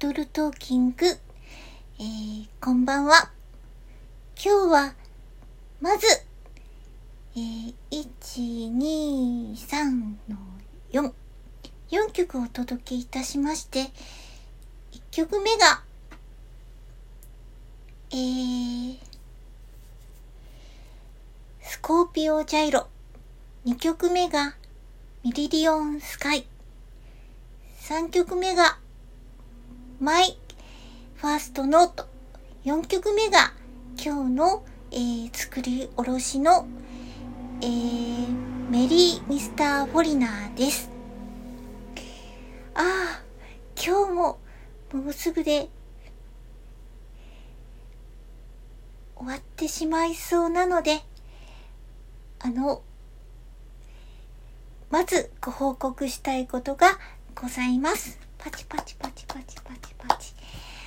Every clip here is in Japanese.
トルトーキング、こんばんは。今日はまず、1、2、3の4曲をお届けいたしまして、1曲目が、スコーピオジャイロ、2曲目がミリリオンスカイ、3曲目がマイファーストノート、4曲目が今日の、作り下ろしの、メリーミスターフォリナーです。今日ももうすぐで終わってしまいそうなので、まずご報告したいことがございます。パチパチパチパチパチパチ。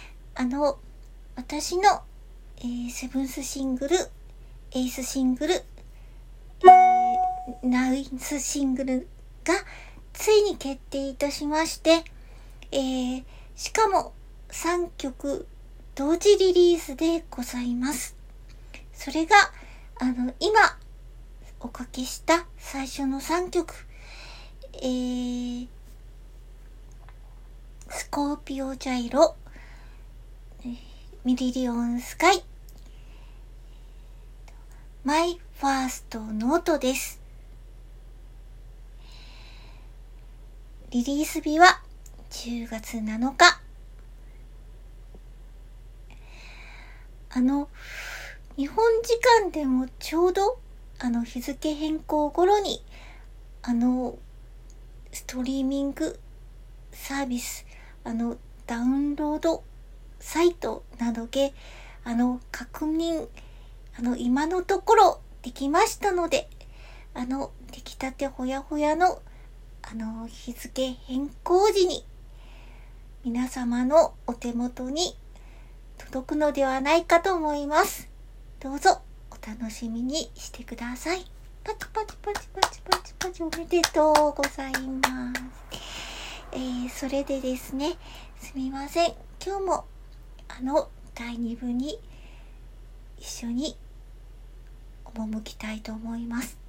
私の、セブンスシングル、エイスシングル、ナイスシングルがついに決定いたしまして、しかも3曲同時リリースでございます。それが、今おかけした最初の3曲、スコーピオジャイロ、ミリリオンスカイ、マイファーストノートです。リリース日は10月7日。日本時間でもちょうど日付変更頃にストリーミングサービスダウンロードサイトなどで確認今のところできましたので、出来たてほやほやの日付変更時に皆様のお手元に届くのではないかと思います。どうぞお楽しみにしてください。パチパチパチパチパチパチ、おめでとうございます。それでですね、すみません。今日も第2部に一緒に赴きたいと思います。